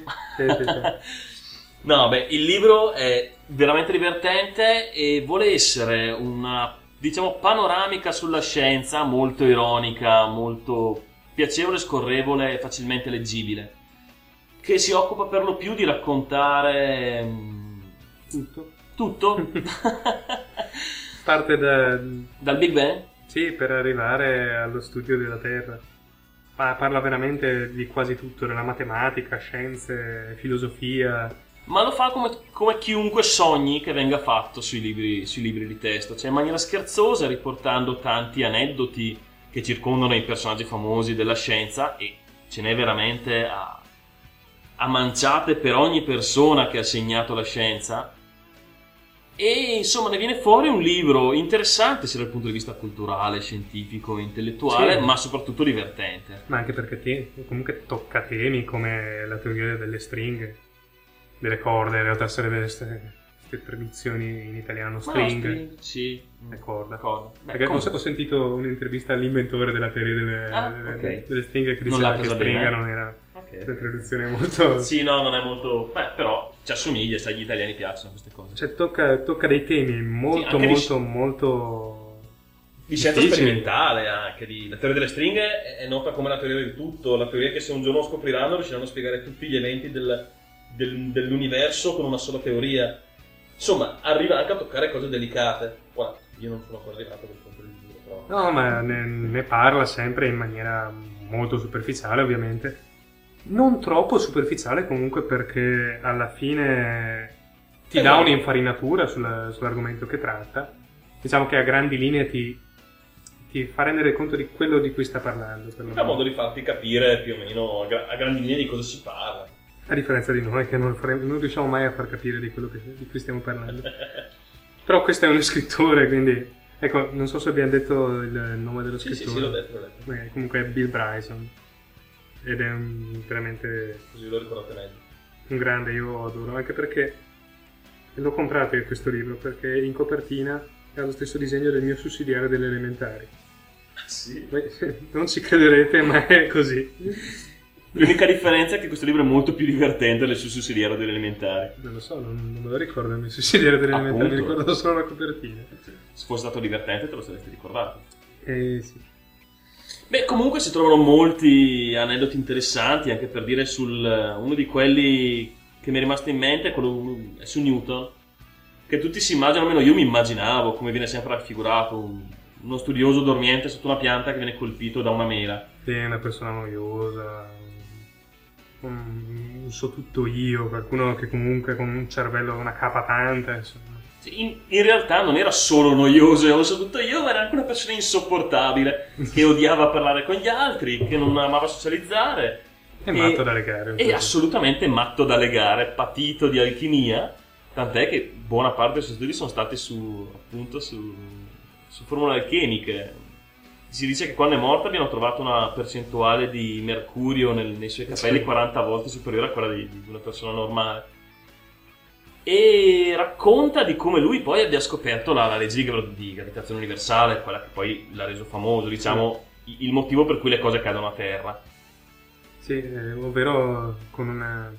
No, beh, il libro è veramente divertente e vuole essere una, diciamo, panoramica sulla scienza, molto ironica, molto piacevole, scorrevole e facilmente leggibile, che si occupa per lo più di raccontare tutto. Parte dal Big Bang? Sì, per arrivare allo studio della Terra. Ma parla veramente di quasi tutto, della matematica, scienze, filosofia. Ma lo fa come chiunque sogni che venga fatto sui libri di testo, cioè in maniera scherzosa, riportando tanti aneddoti che circondano i personaggi famosi della scienza, e ce n'è veramente a manciate per ogni persona che ha segnato la scienza. E insomma ne viene fuori un libro interessante sia dal punto di vista culturale, scientifico, intellettuale, sì, ma soprattutto divertente. Ma anche perché comunque tocca temi come la teoria delle stringhe, delle corde, in realtà sarebbe queste traduzioni in italiano, string. Sì, le corda. Beh, perché ho sentito un'intervista all'inventore della teoria delle stringhe che diceva che stringa non era una traduzione molto... Sì, no, non è molto... Beh, però ci assomiglia, sai, gli italiani piacciono queste cose. Cioè tocca dei temi molto di scienza sperimentale anche. La teoria delle stringhe è nota come la teoria del tutto, la teoria che se un giorno scopriranno riusciranno a spiegare tutti gli eventi dell'universo con una sola teoria. Insomma, arriva anche a toccare cose delicate. Guarda, io non sono ancora arrivato a quel punto di vista, però... No, ma ne parla sempre in maniera molto superficiale, ovviamente. Non troppo superficiale comunque, perché alla fine ti dà un'infarinatura sull'argomento che tratta. Diciamo che a grandi linee ti fa rendere conto di quello di cui sta parlando. Ha modo di farti capire più o meno a grandi linee di cosa si parla. A differenza di noi che non riusciamo mai a far capire di quello di cui stiamo parlando. Però questo è uno scrittore, quindi... Ecco, non so se abbiamo detto il nome dello scrittore. Sì, l'ho detto. Comunque è Bill Bryson. Ed è veramente... Così lo ricordate meglio. Un grande, io adoro. Anche perché l'ho comprato io questo libro, perché in copertina ha lo stesso disegno del mio sussidiario delle elementari. Ah, sì? Non ci crederete, ma è così. L'unica differenza è che questo libro è molto più divertente del suo sussidiario delle elementari. Non lo so, non me lo ricordo il mio sussidiario delle elementari, mi ricordo solo la copertina. Se fosse stato divertente te lo saresti ricordato. Sì. Beh, comunque si trovano molti aneddoti interessanti, anche per dire uno di quelli che mi è rimasto in mente è su Newton, che tutti si immaginano, almeno io mi immaginavo, come viene sempre raffigurato, uno studioso dormiente sotto una pianta che viene colpito da una mela. Sì, una persona noiosa, un so tutto io, qualcuno che comunque con un cervello, una capa tanta, insomma. In realtà non era solo noioso e soprattutto io, ma era anche una persona insopportabile, che odiava parlare con gli altri, che non amava socializzare. È matto da legare. È assolutamente matto da legare, patito di alchimia, tant'è che buona parte dei suoi studi sono stati su formule alchemiche. Si dice che quando è morto abbiano trovato una percentuale di mercurio nei suoi capelli 40 volte superiore a quella di una persona normale. E racconta di come lui poi abbia scoperto la legge di gravitazione universale, quella che poi l'ha reso famoso, diciamo, il motivo per cui le cose cadono a terra. Sì, ovvero con una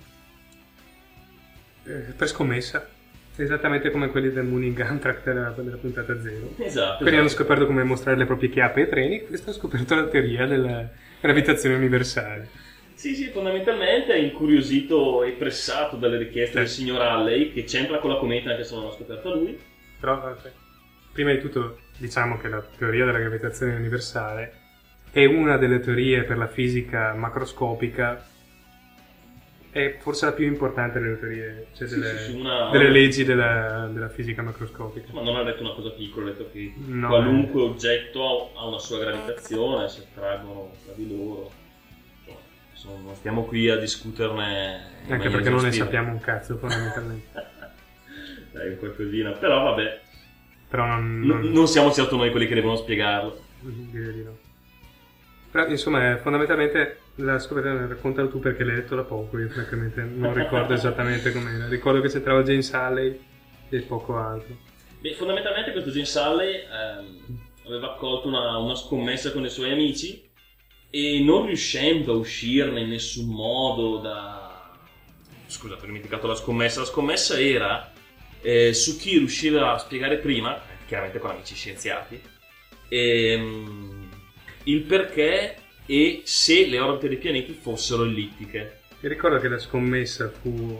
per scommessa, esattamente come quelli del Mooning Gun-Track della puntata 0. Esatto. Quelli hanno scoperto come mostrare le proprie chiappe ai treni, questo ha scoperto la teoria della gravitazione universale. Sì, fondamentalmente è incuriosito e pressato dalle richieste del signor Halley, che c'entra con la cometa anche se non l'ha scoperta lui. Però, prima di tutto, diciamo che la teoria della gravitazione universale è una delle teorie per la fisica macroscopica, è forse la più importante delle teorie, cioè delle leggi della fisica macroscopica. Ma non ha detto una cosa piccola, ha detto che qualunque oggetto ha una sua gravitazione, si attraggono tra di loro. Non stiamo qui a discuterne. Anche perché non ne sappiamo un cazzo, fondamentalmente. Dai, qualcosina. Però vabbè. Però non siamo certo noi quelli che devono spiegarlo. Direi di no. Però insomma, fondamentalmente la scoperta raccontalo tu perché l'hai detto da poco. Io francamente non ricordo esattamente com'era. Ricordo che c'entrava James Halley e poco altro. Beh, fondamentalmente questo James Halley aveva accolto una scommessa con i suoi amici. E non riuscendo a uscirne in nessun modo Scusate, ho dimenticato la scommessa era su chi riusciva a spiegare prima, chiaramente con amici scienziati, il perché e se le orbite dei pianeti fossero ellittiche. Mi ricordo che la scommessa fu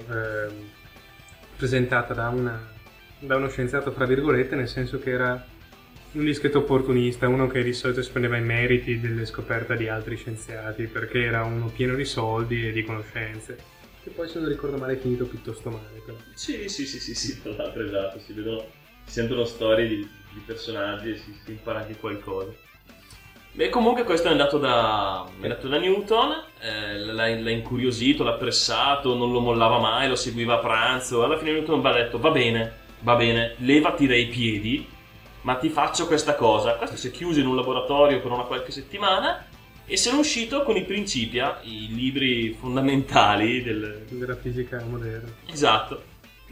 presentata da uno scienziato, fra virgolette, nel senso che era un discreto opportunista, uno che di solito spendeva i meriti delle scoperte di altri scienziati perché era uno pieno di soldi e di conoscenze, e poi, se non ricordo male, è finito piuttosto male, però. Sì, tra l'altro, esatto, si sentono storie di personaggi e si impara anche qualcosa. Beh, comunque questo è andato da Newton, l'ha incuriosito, l'ha pressato, non lo mollava mai, lo seguiva a pranzo. Alla fine Newton ha detto va bene, levati dai piedi, ma ti faccio questa cosa. Questo si è chiuso in un laboratorio per una qualche settimana e se n'è uscito con i Principia, i libri fondamentali della fisica moderna. Esatto,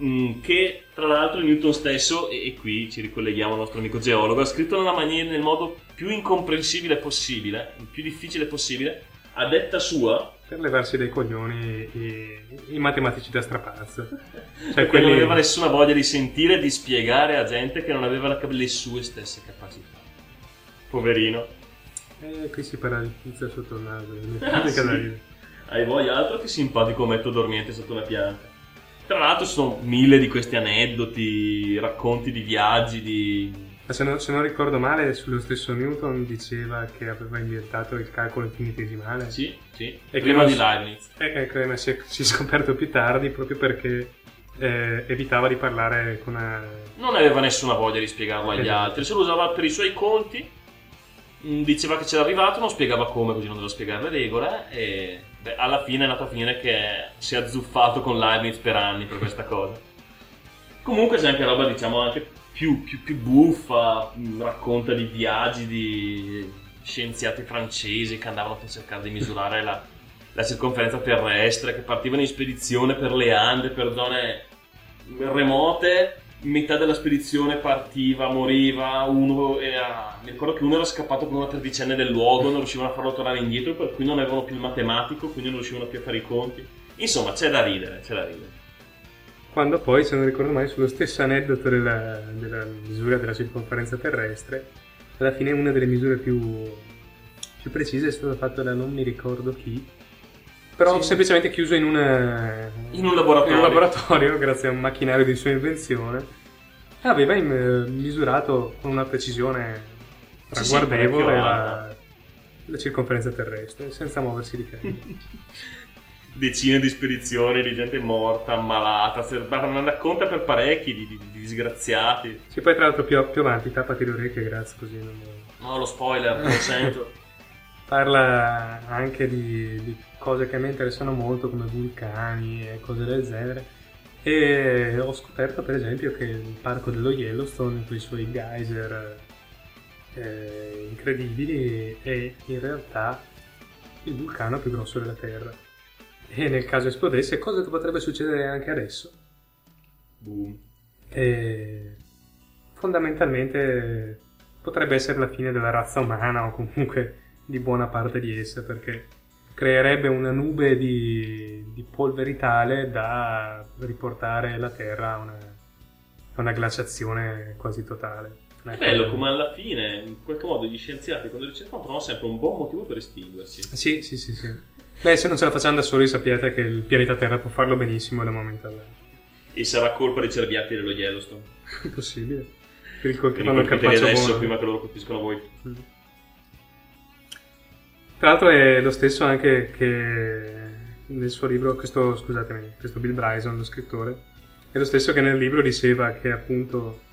che tra l'altro Newton stesso, e qui ci ricolleghiamo al nostro amico geologo, ha scritto nel modo più incomprensibile possibile, il più difficile possibile, a detta sua, per levarsi dai coglioni i matematici da strapazzo. Perché non aveva nessuna voglia di sentire e di spiegare a gente che non aveva le sue stesse capacità. Poverino. Qui si parla di pizza sotto il naso. Sì. Hai voglia, altro che simpatico metto dormiente sotto una pianta. Tra l'altro ci sono 1000 di questi aneddoti, racconti di viaggi, Se non ricordo male, sullo stesso Newton diceva che aveva inventato il calcolo infinitesimale. Sì. E prima di Leibniz. Ma si è scoperto più tardi proprio perché evitava di parlare con non aveva nessuna voglia di spiegarlo agli altri, se lo usava per i suoi conti, diceva che c'era arrivato, non spiegava come, così non doveva spiegare le regole e alla fine è andato a finire che si è azzuffato con Leibniz per anni per questa cosa. Comunque c'è anche roba, diciamo, anche più buffa, racconta di viaggi di scienziati francesi che andavano per cercare di misurare la circonferenza terrestre, che partivano in spedizione per le Ande, per zone remote, metà della spedizione partiva, moriva, mi ricordo che uno era scappato con una tredicenne del luogo, non riuscivano a farlo tornare indietro, per cui non avevano più il matematico, quindi non riuscivano più a fare i conti. Insomma, c'è da ridere. Quando poi, se non ricordo mai, sullo stesso aneddoto della misura della circonferenza terrestre, alla fine una delle misure più più precisa è stato fatto da non mi ricordo chi, però semplicemente chiuso in un laboratorio grazie a un macchinario di sua invenzione. Aveva misurato con una precisione ragguardevole la circonferenza terrestre senza muoversi di che. Decine di spedizioni di gente morta, ammalata, ne racconta per parecchi di disgraziati. Sì, poi tra l'altro più avanti, tappati le orecchie, grazie, così non... No, lo spoiler, non lo sento. Parla anche di cose che mi interessano molto, come vulcani e cose del genere. E ho scoperto per esempio che il parco dello Yellowstone, con i suoi geyser incredibili, è in realtà il vulcano più grosso della Terra. E nel caso esplodesse, cosa che potrebbe succedere anche adesso? Boom. E fondamentalmente potrebbe essere la fine della razza umana, o comunque di buona parte di essa, perché creerebbe una nube di polvere tale da riportare la Terra a una glaciazione quasi totale. È bello come alla fine, in qualche modo, gli scienziati quando ricercano trovano sempre un buon motivo per estinguersi. Sì. Beh, se non ce la facciamo da soli, sappiate che il pianeta Terra può farlo benissimo da momento all'altro. E sarà colpa dei cerbiatti dello Yellowstone. Possibile. Per il colpo fanno il carpaccio adesso buono. Prima che loro colpiscono voi. Tra l'altro è lo stesso anche che nel suo libro, questo Bill Bryson, lo scrittore, è lo stesso che nel libro diceva che appunto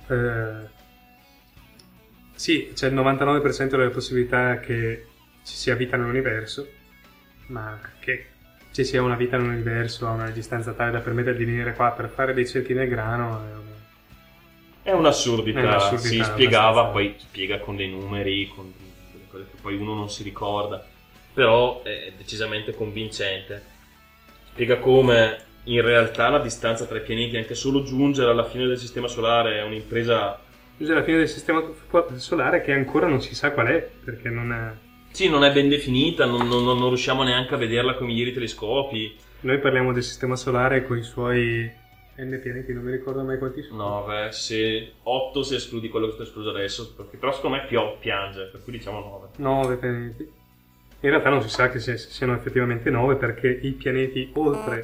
sì, c'è il 99% delle possibilità che ci sia vita nell'universo, ma che ci sia una vita nell'universo a una distanza tale da permettere di venire qua per fare dei cerchi nel grano è un'assurdità. Si spiegava, poi spiega con dei numeri, con delle cose che poi uno non si ricorda, però è decisamente convincente. Spiega come in realtà la distanza tra i pianeti, anche solo giungere alla fine del sistema solare, è un'impresa. Alla fine del sistema solare che ancora non si sa qual è, perché non è. Sì, non è ben definita, non riusciamo neanche a vederla con i migliori telescopi. Noi parliamo del sistema solare con i suoi N pianeti, non mi ricordo mai quanti sono. 9, se 8 se escludi quello che sto escluso adesso, perché però secondo me piange, per cui diciamo 9. 9 pianeti. In realtà non si sa che siano effettivamente 9, perché i pianeti oltre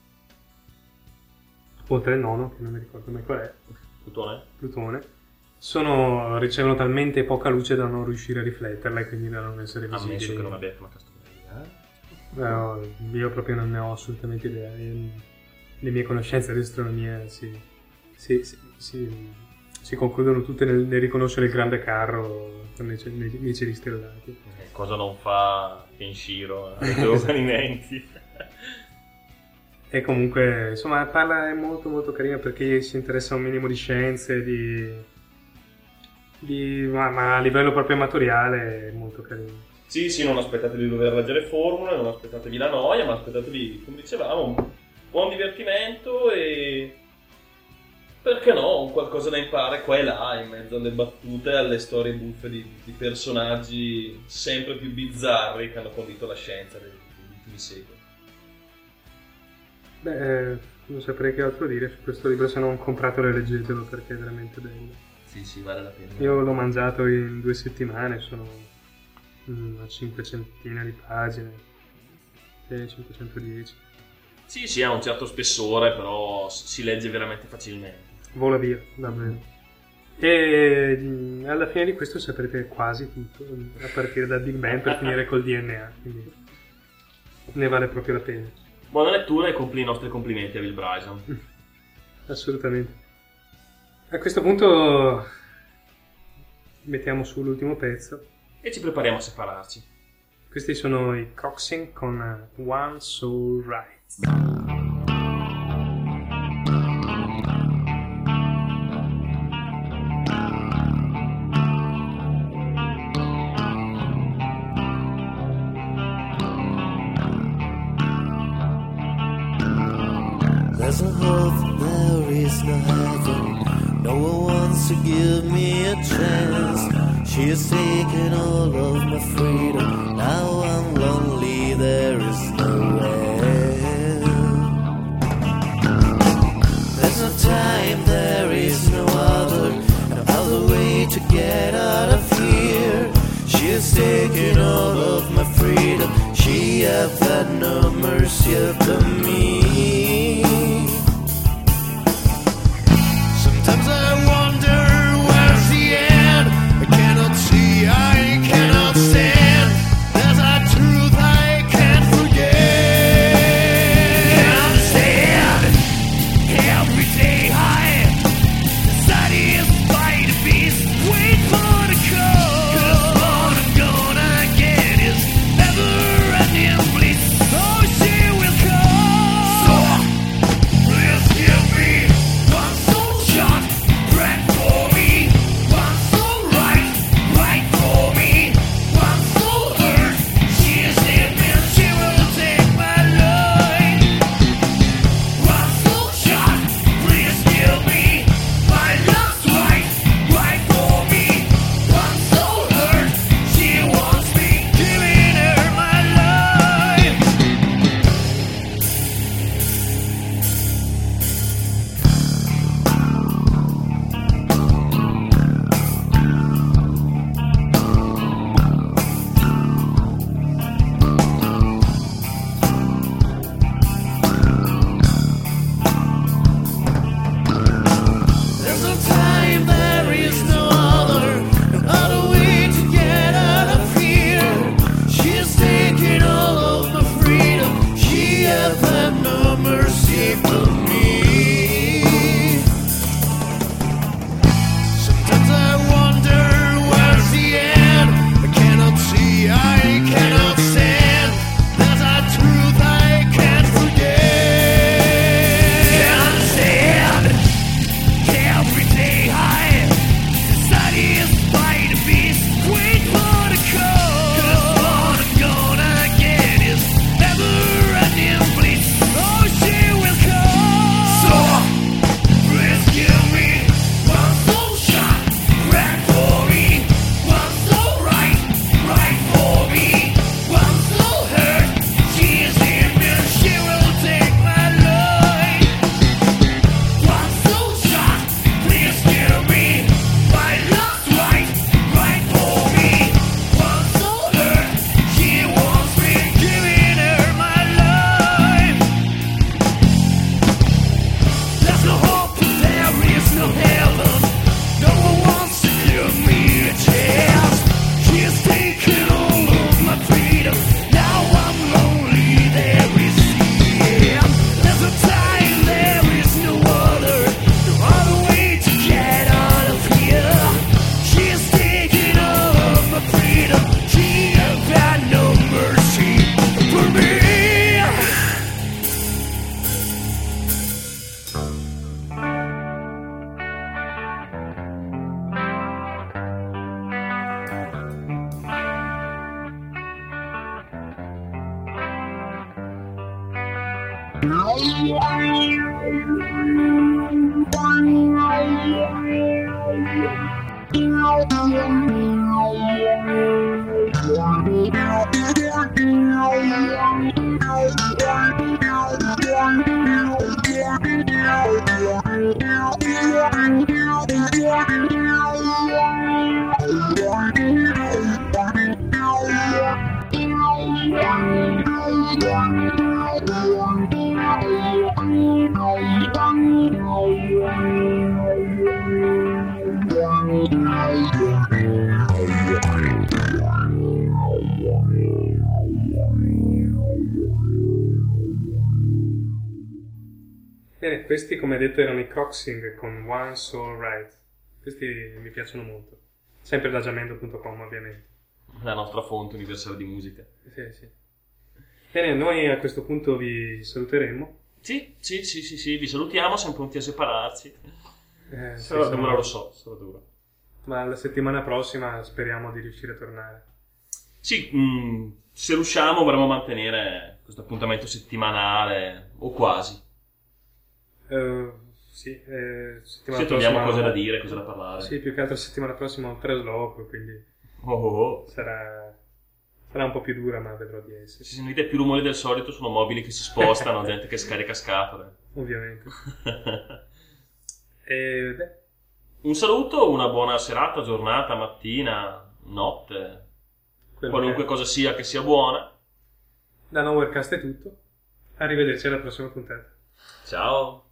il nono, che non mi ricordo mai qual è, Plutone, ricevono talmente poca luce da non riuscire a rifletterla e quindi da non essere visibili. Ammesso che non abbia una castroneria. No, io proprio non ne ho assolutamente idea. Le mie conoscenze di astronomia si concludono tutte nel riconoscere il grande carro nei cieli stellati. Cosa non fa Kenshiro ai giovani menti? E comunque, insomma, è molto molto carina perché si interessa un minimo di scienze, ma a livello proprio amatoriale è molto carino. Sì, non aspettatevi di dover leggere formule, non aspettatevi la noia, ma aspettatevi, come dicevamo, un buon divertimento e, perché no, un qualcosa da imparare qua e là, in mezzo alle battute e alle storie buffe di personaggi sempre più bizzarri che hanno condito la scienza degli ultimi secoli. Beh, non saprei che altro dire su questo libro, se non compratelo e leggetelo perché è veramente bello. Sì, vale la pena. Io l'ho mangiato in 2 settimane, sono una 500 di pagine, 510. Sì, ha un certo spessore, però si legge veramente facilmente. Vola via, davvero. E alla fine di questo saprete quasi tutto, a partire dal Big Bang per finire col DNA, quindi ne vale proprio la pena. Buona lettura e i nostri complimenti a Bill Bryson. Assolutamente. A questo punto mettiamo su l'ultimo pezzo e ci prepariamo a separarci. Questi sono i Coxing con One Soul Rights. There's a hope, there is no heaven. No one wants to give me a chance. She has taken all of my freedom. Now I'm lonely, there is no end. There's no time, there is no other way to get out of here. She has taken all of my freedom. She have had no mercy upon me. Sometimes I wonder where's the end. I cannot see, I cannot stand. There's a truth I can't forget. Can't understand. Every day I satisfy the beast. Wait for the call. 'Cause what I'm gonna get is never-ending bliss. Oh, she will come. So please give me one soul shot, right for me. One soul right for me. One soul hurt, she is in me, she will take my life. One soul shot, please give me my last right for me. One soul hurt, she wants me, giving her my life. There's no time, there is no other way to get out of here. She has taken all of my freedom. She has had no mercy for me. Sometimes I wonder where's the end. I cannot see, I cannot stand. There's a truth I can't forget. Can't understand. Every day I satisfy the beast. Wait for the call. 'Cause what I'm gonna get is never-ending bliss. Oh, she will come. So please give me one soul shot, right for me. One soul right for me. One soul hurt, she is in me, she will take my life. One soul shot, please give me my last right for me. One soul hurt, she wants me, giving her my life. There's no hope, there is no heaven. No one wants to give me a chance. She has taken all of my freedom. Now I'm lonely, there is the end. There's no time, there is no other way to get out of here. She has taken all of my freedom. She has had no mercy for me. Bene, questi come detto erano i Coxing con One Soul Right. Questi mi piacciono molto. Sempre da jamendo.com ovviamente. La nostra fonte universale di musica. Sì. Bene, noi a questo punto vi saluteremo. Sì, vi salutiamo, siamo pronti a separarci. Sarà dura, lo so, sarà dura. Ma la settimana prossima speriamo di riuscire a tornare. Sì, se riusciamo vorremmo mantenere questo appuntamento settimanale, o quasi. Sì, settimana Se prossima troviamo cose da dire, cose da parlare. Sì, più che altro settimana prossima ho un trasloco, quindi Oh. sarà un po' più dura, ma vedrò di essere. Se sentite più rumori del solito, sono mobili che si spostano, gente che scarica scatole. Ovviamente. Un saluto, una buona serata, giornata, mattina, notte. qualunque cosa sia che sia buona. Da Nowherecast è tutto. Arrivederci alla prossima puntata. Ciao.